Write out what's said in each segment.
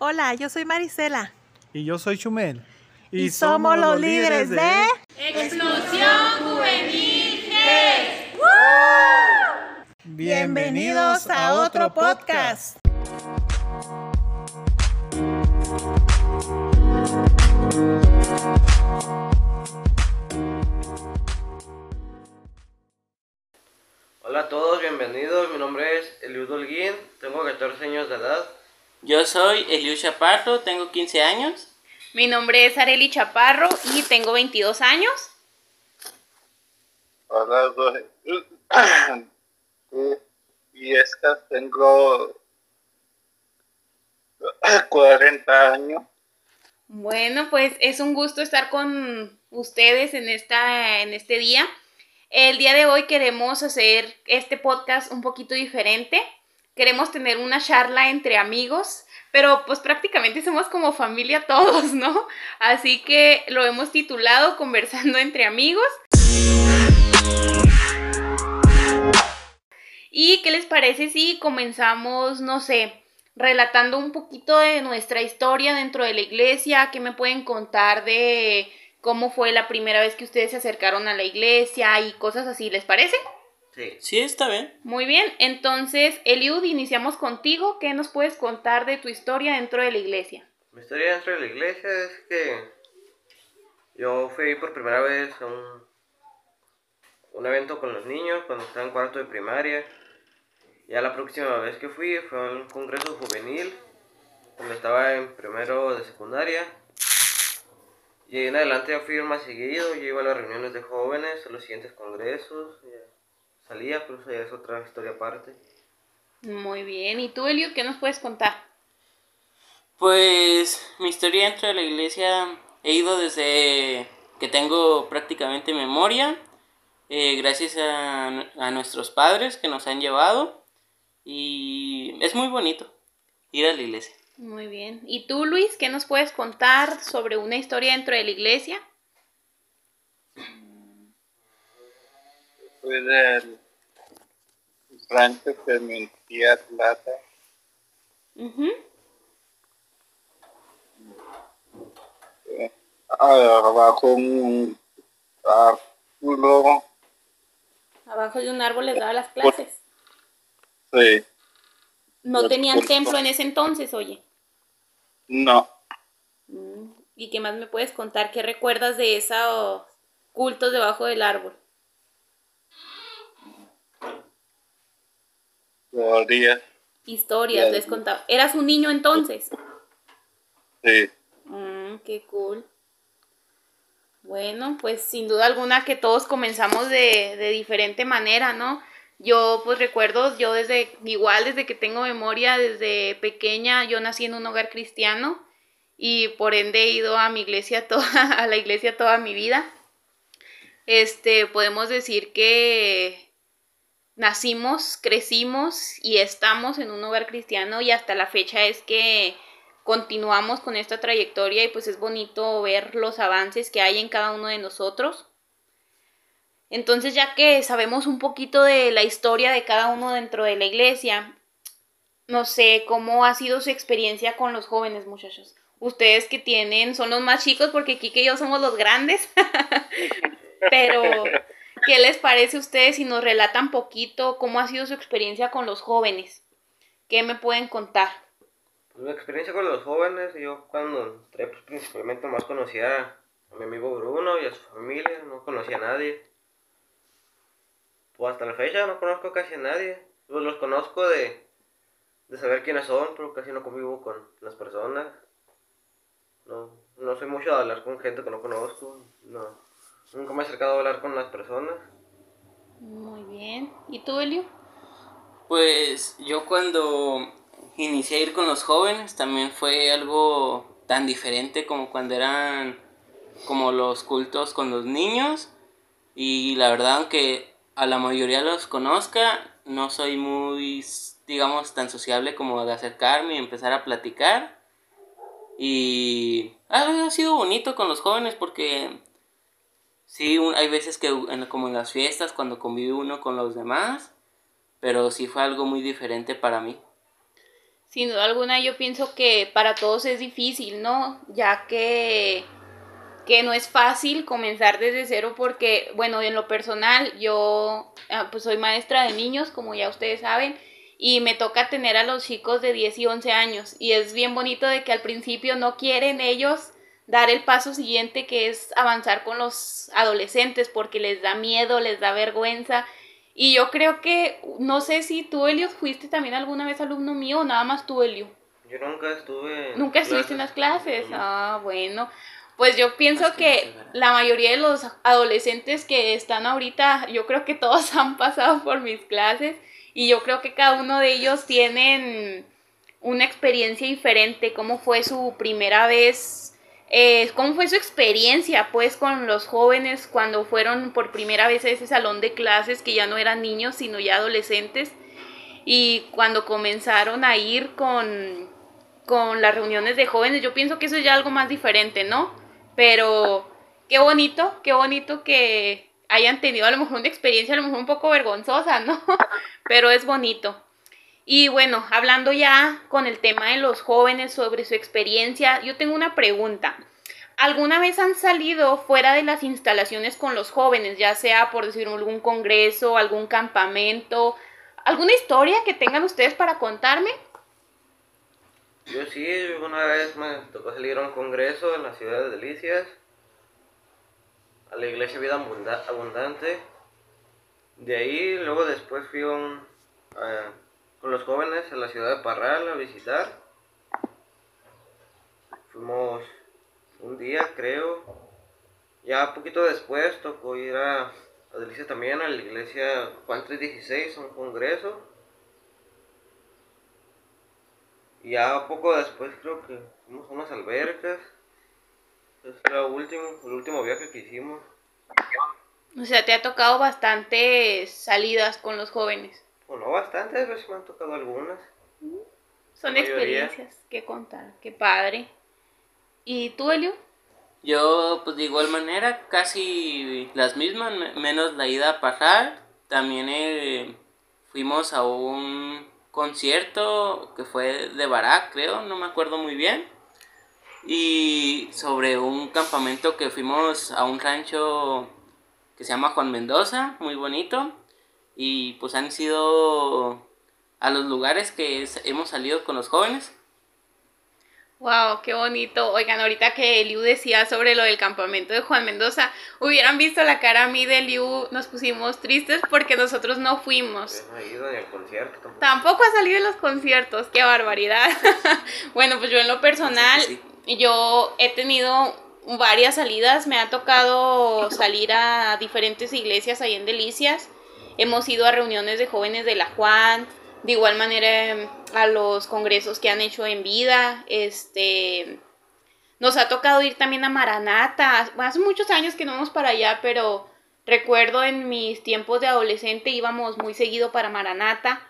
Hola, yo soy Marisela. Y yo soy Chumel. Y somos los líderes de Explosión Juvenil GES. Bienvenidos a otro podcast. Hola a todos, bienvenidos. Mi nombre es Eliud Holguín, tengo 14 años de edad. Yo soy Eliud Chaparro, tengo 15 años. Mi nombre es Arely Chaparro y tengo 22 años. Hola, y esta tengo 40 años. Bueno, pues es un gusto estar con ustedes en este día. El día de hoy queremos hacer este podcast un poquito diferente. Queremos tener una charla entre amigos, pero pues prácticamente somos como familia todos, ¿no? Así que lo hemos titulado Conversando entre amigos. ¿Y qué les parece si comenzamos, no sé, relatando un poquito de nuestra historia dentro de la iglesia? ¿Qué me pueden contar de cómo fue la primera vez que ustedes se acercaron a la iglesia y cosas así? ¿Les parece? Sí, está bien. Muy bien, entonces, Eliud, iniciamos contigo. ¿Qué nos puedes contar de tu historia dentro de la iglesia? Mi historia dentro de la iglesia es que yo fui por primera vez a un evento con los niños cuando estaba en cuarto de primaria. Ya la próxima vez que fui fue a un congreso juvenil cuando estaba en primero de secundaria. Y en adelante ya fui más seguido, yo iba a las reuniones de jóvenes, a los siguientes congresos, salía, pero eso ya es otra historia aparte. Muy bien, ¿y tú, Eliud, qué nos puedes contar? Pues mi historia dentro de la iglesia he ido desde que tengo prácticamente memoria, gracias a nuestros padres que nos han llevado, y es muy bonito ir a la iglesia. Muy bien, ¿y tú, Luis, qué nos puedes contar sobre una historia dentro de la iglesia? Fue del rancho que mi tía Plata. Abajo un árbol. Abajo de un árbol les daba las clases. Sí. ¿No tenían templo en ese entonces, oye? No. ¿Y qué más me puedes contar? ¿Qué recuerdas de esos cultos debajo del árbol? Historias. Historias, les contaba. ¿Eras un niño entonces? Sí. Qué cool. Bueno, pues sin duda alguna que todos comenzamos de diferente manera, ¿no? Yo pues recuerdo, desde que tengo memoria, desde pequeña, yo nací en un hogar cristiano y por ende he ido a mi iglesia a la iglesia toda mi vida. Podemos decir que nacimos, crecimos y estamos en un hogar cristiano y hasta la fecha es que continuamos con esta trayectoria y pues es bonito ver los avances que hay en cada uno de nosotros. Entonces, ya que sabemos un poquito de la historia de cada uno dentro de la iglesia, no sé cómo ha sido su experiencia con los jóvenes, muchachos. Ustedes que son los más chicos porque Kike y yo somos los grandes. Pero, ¿qué les parece a ustedes si nos relatan poquito cómo ha sido su experiencia con los jóvenes? ¿Qué me pueden contar? Pues mi experiencia con los jóvenes, yo cuando entré pues principalmente más conocía a mi amigo Bruno y a su familia, no conocía a nadie. Pues hasta la fecha no conozco casi a nadie. Pues los conozco de saber quiénes son, pero casi no convivo con las personas. No soy mucho de hablar con gente que no conozco. Nunca me he acercado a hablar con las personas. Muy bien. ¿Y tú, Elio? Pues yo cuando inicié a ir con los jóvenes también fue algo tan diferente como cuando eran como los cultos con los niños. Y la verdad, aunque a la mayoría los conozca, no soy muy, digamos, tan sociable como de acercarme y empezar a platicar. Y ha sido bonito con los jóvenes porque sí, hay veces que como en las fiestas cuando convive uno con los demás, pero sí fue algo muy diferente para mí. Sin duda alguna yo pienso que para todos es difícil, ¿no? Ya que no es fácil comenzar desde cero porque, bueno, en lo personal yo pues soy maestra de niños, como ya ustedes saben, y me toca tener a los chicos de 10 y 11 años y es bien bonito de que al principio no quieren ellos dar el paso siguiente, que es avanzar con los adolescentes, porque les da miedo, les da vergüenza. Y yo creo que, no sé si tú, Elio, fuiste también alguna vez alumno mío o nada más tú, Elio. Yo nunca estuve en ¿Nunca estuviste en las clases? No. Ah, bueno. Pues yo pienso que la mayoría de los adolescentes que están ahorita, yo creo que todos han pasado por mis clases y yo creo que cada uno de ellos tienen una experiencia diferente. ¿Cómo fue su primera vez? ¿Cómo fue su experiencia pues con los jóvenes cuando fueron por primera vez a ese salón de clases, que ya no eran niños sino ya adolescentes? Y cuando comenzaron a ir con las reuniones de jóvenes, yo pienso que eso es ya algo más diferente, ¿no? Pero qué bonito que hayan tenido a lo mejor una experiencia a lo mejor un poco vergonzosa, ¿no? Pero es bonito. Y bueno, hablando ya con el tema de los jóvenes sobre su experiencia, yo tengo una pregunta. ¿Alguna vez han salido fuera de las instalaciones con los jóvenes, ya sea por decir algún congreso, algún campamento, alguna historia que tengan ustedes para contarme? Yo sí, una vez me tocó salir a un congreso en la ciudad de Delicias, a la iglesia Vida Abundante. De ahí, luego después fui con los jóvenes a la ciudad de Parral a visitar. Fuimos un día, creo. Ya poquito después tocó ir a Delicias también, a la iglesia Juan 316, a un congreso. Y ya poco después creo que fuimos a unas albercas. Es el último viaje que hicimos. O sea, te ha tocado bastantes salidas con los jóvenes. Bueno, no bastantes, veces me han tocado algunas. Son La mayoría. experiencias que contar, qué padre. ¿Y tú, Elio? Yo, pues de igual manera, casi las mismas, menos la ida a Parral. También fuimos a un concierto que fue de Barak, creo, no me acuerdo muy bien. Y sobre un campamento que fuimos a un rancho que se llama Juan Mendoza, muy bonito. Y pues han sido a los lugares que hemos salido con los jóvenes. Wow, qué bonito. Oigan, ahorita que Eliu decía sobre lo del campamento de Juan Mendoza, hubieran visto la cara a mí de Eliu, nos pusimos tristes porque nosotros no fuimos. No he ido ni al concierto tampoco. Tampoco ha salido en los conciertos, qué barbaridad. Bueno, pues yo en lo personal, Sí. yo he tenido varias salidas, me ha tocado salir a diferentes iglesias ahí en Delicias. Hemos ido a reuniones de jóvenes de la Juan, de igual manera a los congresos que han hecho en vida. Nos ha tocado ir también a Maranata. Bueno, hace muchos años que no vamos para allá, pero recuerdo en mis tiempos de adolescente íbamos muy seguido para Maranata.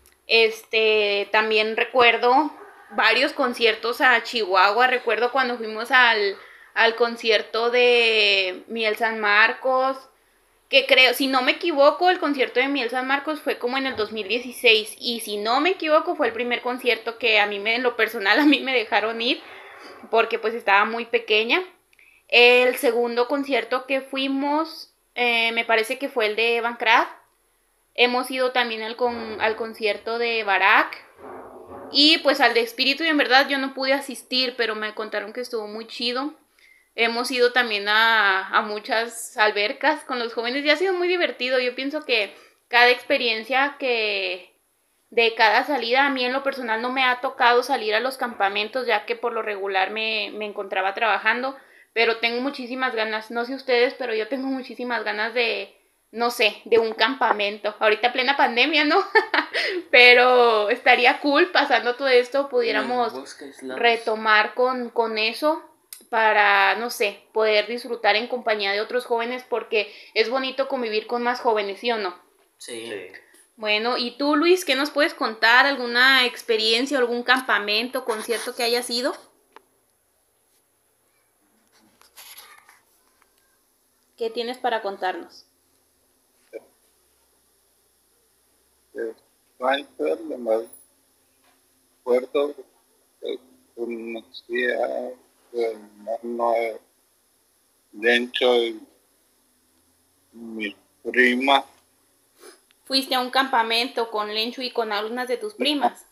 También recuerdo varios conciertos a Chihuahua. Recuerdo cuando fuimos al concierto de Miel San Marcos, que creo, si no me equivoco, el concierto de Miel San Marcos fue como en el 2016, y si no me equivoco fue el primer concierto que a mí en lo personal a mí me dejaron ir, porque pues estaba muy pequeña. El segundo concierto que fuimos, me parece que fue el de Van Craft. Hemos ido también al concierto de Barak y pues al de Espíritu, y en verdad yo no pude asistir, pero me contaron que estuvo muy chido. Hemos ido también a muchas albercas con los jóvenes y ha sido muy divertido. Yo pienso que cada experiencia de cada salida, a mí en lo personal no me ha tocado salir a los campamentos, ya que por lo regular me encontraba trabajando, pero tengo muchísimas ganas, no sé ustedes, pero yo tengo muchísimas ganas de, no sé, de un campamento. Ahorita plena pandemia, ¿no? Pero estaría cool, pasando todo esto, pudiéramos retomar con eso, para, no sé, poder disfrutar en compañía de otros jóvenes, porque es bonito convivir con más jóvenes, ¿sí o no? Sí. Bueno, ¿y tú, Luis, qué nos puedes contar? ¿Alguna experiencia, algún campamento, concierto que hayas ido? ¿Qué tienes para contarnos? Rancho, lo más recuerdo que conocí a su hermano Lencho y mi prima. Fuiste a un campamento con Lenchu y con algunas de tus primas.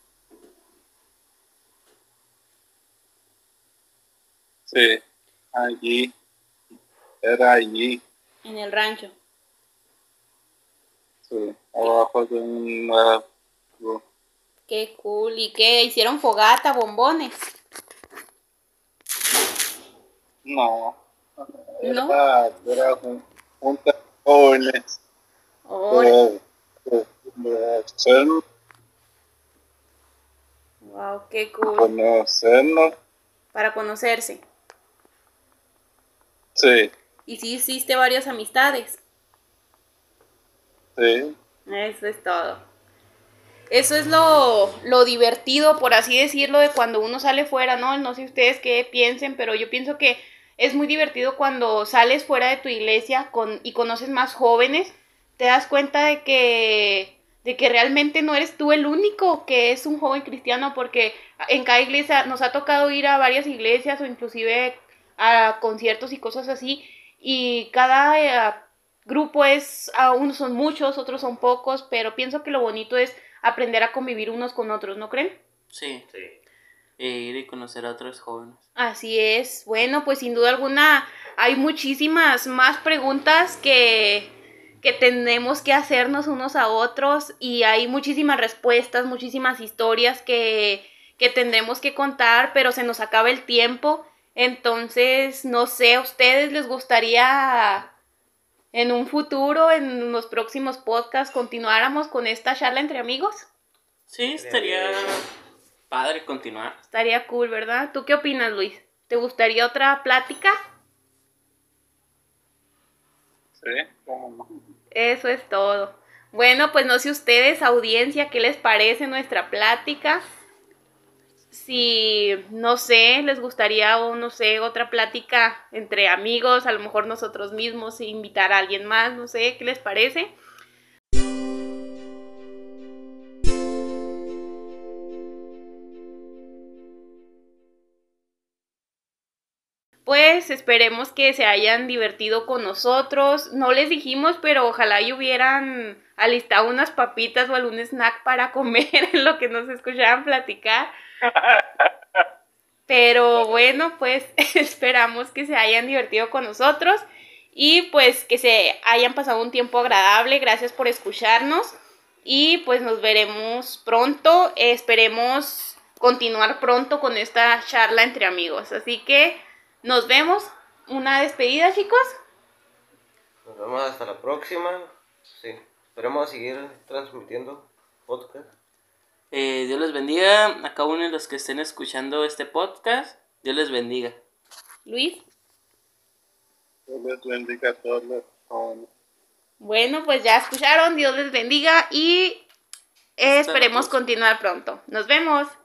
Sí, allí, era allí, En el rancho. sí, abajo de un árbol. Qué cool. ¿Y qué? ¿Hicieron fogata, bombones? No, ¿No? era juntas jóvenes. Oh, Conocernos, wow, qué cool. conocernos, Para conocerse. sí, Y sí hiciste varias amistades. sí, Eso es todo. Eso es lo divertido, por así decirlo, de cuando uno sale fuera, ¿no? No sé ustedes qué piensen, pero yo pienso que es muy divertido cuando sales fuera de tu iglesia y conoces más jóvenes. Te das cuenta de que realmente no eres tú el único que es un joven cristiano, porque en cada iglesia nos ha tocado ir a varias iglesias o inclusive a conciertos y cosas así, y cada grupo unos son muchos, otros son pocos, pero pienso que lo bonito es aprender a convivir unos con otros, ¿no creen? Sí, Sí. ir y conocer a otros jóvenes. Así es. Bueno, pues sin duda alguna hay muchísimas más preguntas que tenemos que hacernos unos a otros, y hay muchísimas respuestas, muchísimas historias que tendremos que contar, pero se nos acaba el tiempo. Entonces, no sé, ¿a ustedes les gustaría en un futuro, en los próximos podcasts, continuáramos con esta charla entre amigos? Sí, estaría padre continuar. Estaría cool, ¿verdad? ¿Tú qué opinas, Luis? ¿Te gustaría otra plática? sí, cómo no. Eso es todo. Bueno, pues no sé ustedes, audiencia, ¿qué les parece nuestra plática? Si, no sé, les gustaría o no sé, otra plática entre amigos, a lo mejor nosotros mismos, invitar a alguien más, no sé, ¿qué les parece? Pues esperemos que se hayan divertido con nosotros. No les dijimos, pero ojalá y hubieran alistado unas papitas o algún snack para comer en lo que nos escuchaban platicar. Pero bueno, pues esperamos que se hayan divertido con nosotros y pues que se hayan pasado un tiempo agradable. Gracias por escucharnos y pues nos veremos pronto. Esperemos continuar pronto con esta charla entre amigos. Así que nos vemos. Una despedida, chicos. Nos vemos hasta la próxima. Sí. Esperemos seguir transmitiendo podcast. Dios les bendiga a cada uno de los que estén escuchando este podcast. Dios les bendiga. Luis. Dios les bendiga a todos los jóvenes. Bueno, pues ya escucharon. Dios les bendiga y esperemos continuar pronto. Nos vemos.